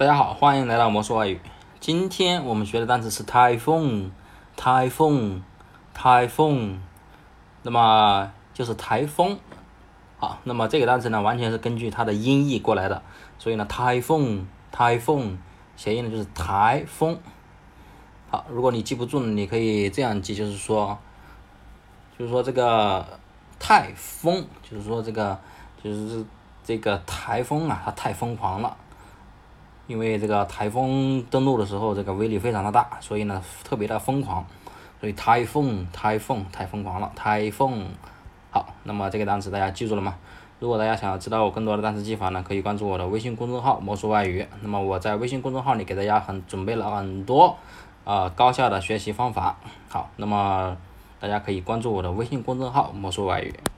大家好，欢迎来到魔术外语。今天我们学的单词是 typhoon，那么就是台风。好，那么这个单词呢，完全是根据它的音译过来的，所以呢，typhoon 谐音呢就是台风。好，如果你记不住呢，你可以这样记，就是说这个台风，这个台风啊，它太疯狂了。因为这个台风登陆的时候，这个威力非常的大，所以呢特别的疯狂，所以台风太疯狂了，台风。好，那么这个单词大家记住了吗？如果大家想要知道我更多的单词记法呢，可以关注我的微信公众号魔术外语。那么我在微信公众号里给大家准备了很多高效的学习方法。好，那么大家可以关注我的微信公众号魔术外语。